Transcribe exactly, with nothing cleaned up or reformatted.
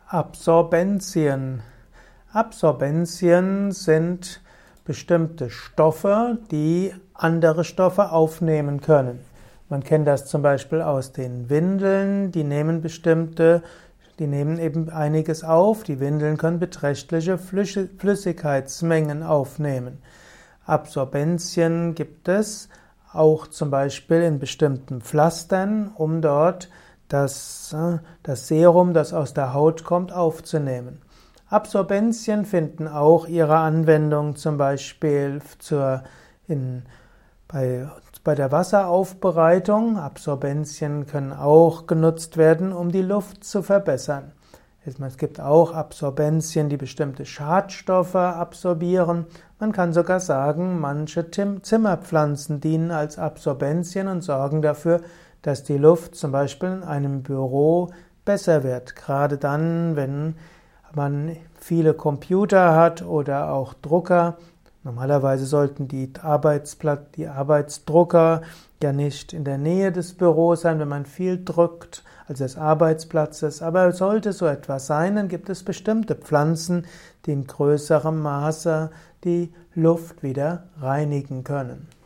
Absorbenzien. Absorbenzien sind bestimmte Stoffe, die andere Stoffe aufnehmen können. Man kennt das zum Beispiel aus den Windeln, die nehmen bestimmte, die nehmen eben einiges auf. Die Windeln können beträchtliche Flüssigkeitsmengen aufnehmen. Absorbenzien gibt es auch zum Beispiel in bestimmten Pflastern, um dort das, das Serum, das aus der Haut kommt, aufzunehmen. Absorbenzien finden auch ihre Anwendung zum Beispiel zur, in, bei, bei der Wasseraufbereitung. Absorbenzien können auch genutzt werden, um die Luft zu verbessern. Es gibt auch Absorbenzien, die bestimmte Schadstoffe absorbieren. Man kann sogar sagen, manche Zimmerpflanzen dienen als Absorbenzien und sorgen dafür, dass die Luft zum Beispiel in einem Büro besser wird. Gerade dann, wenn man viele Computer hat oder auch Drucker. Normalerweise sollten die Arbeitsplatz, die Arbeitsdrucker ja nicht in der Nähe des Büros sein, wenn man viel drückt, also des Arbeitsplatzes. Aber sollte so etwas sein, dann gibt es bestimmte Pflanzen, die in größerem Maße die Luft wieder reinigen können.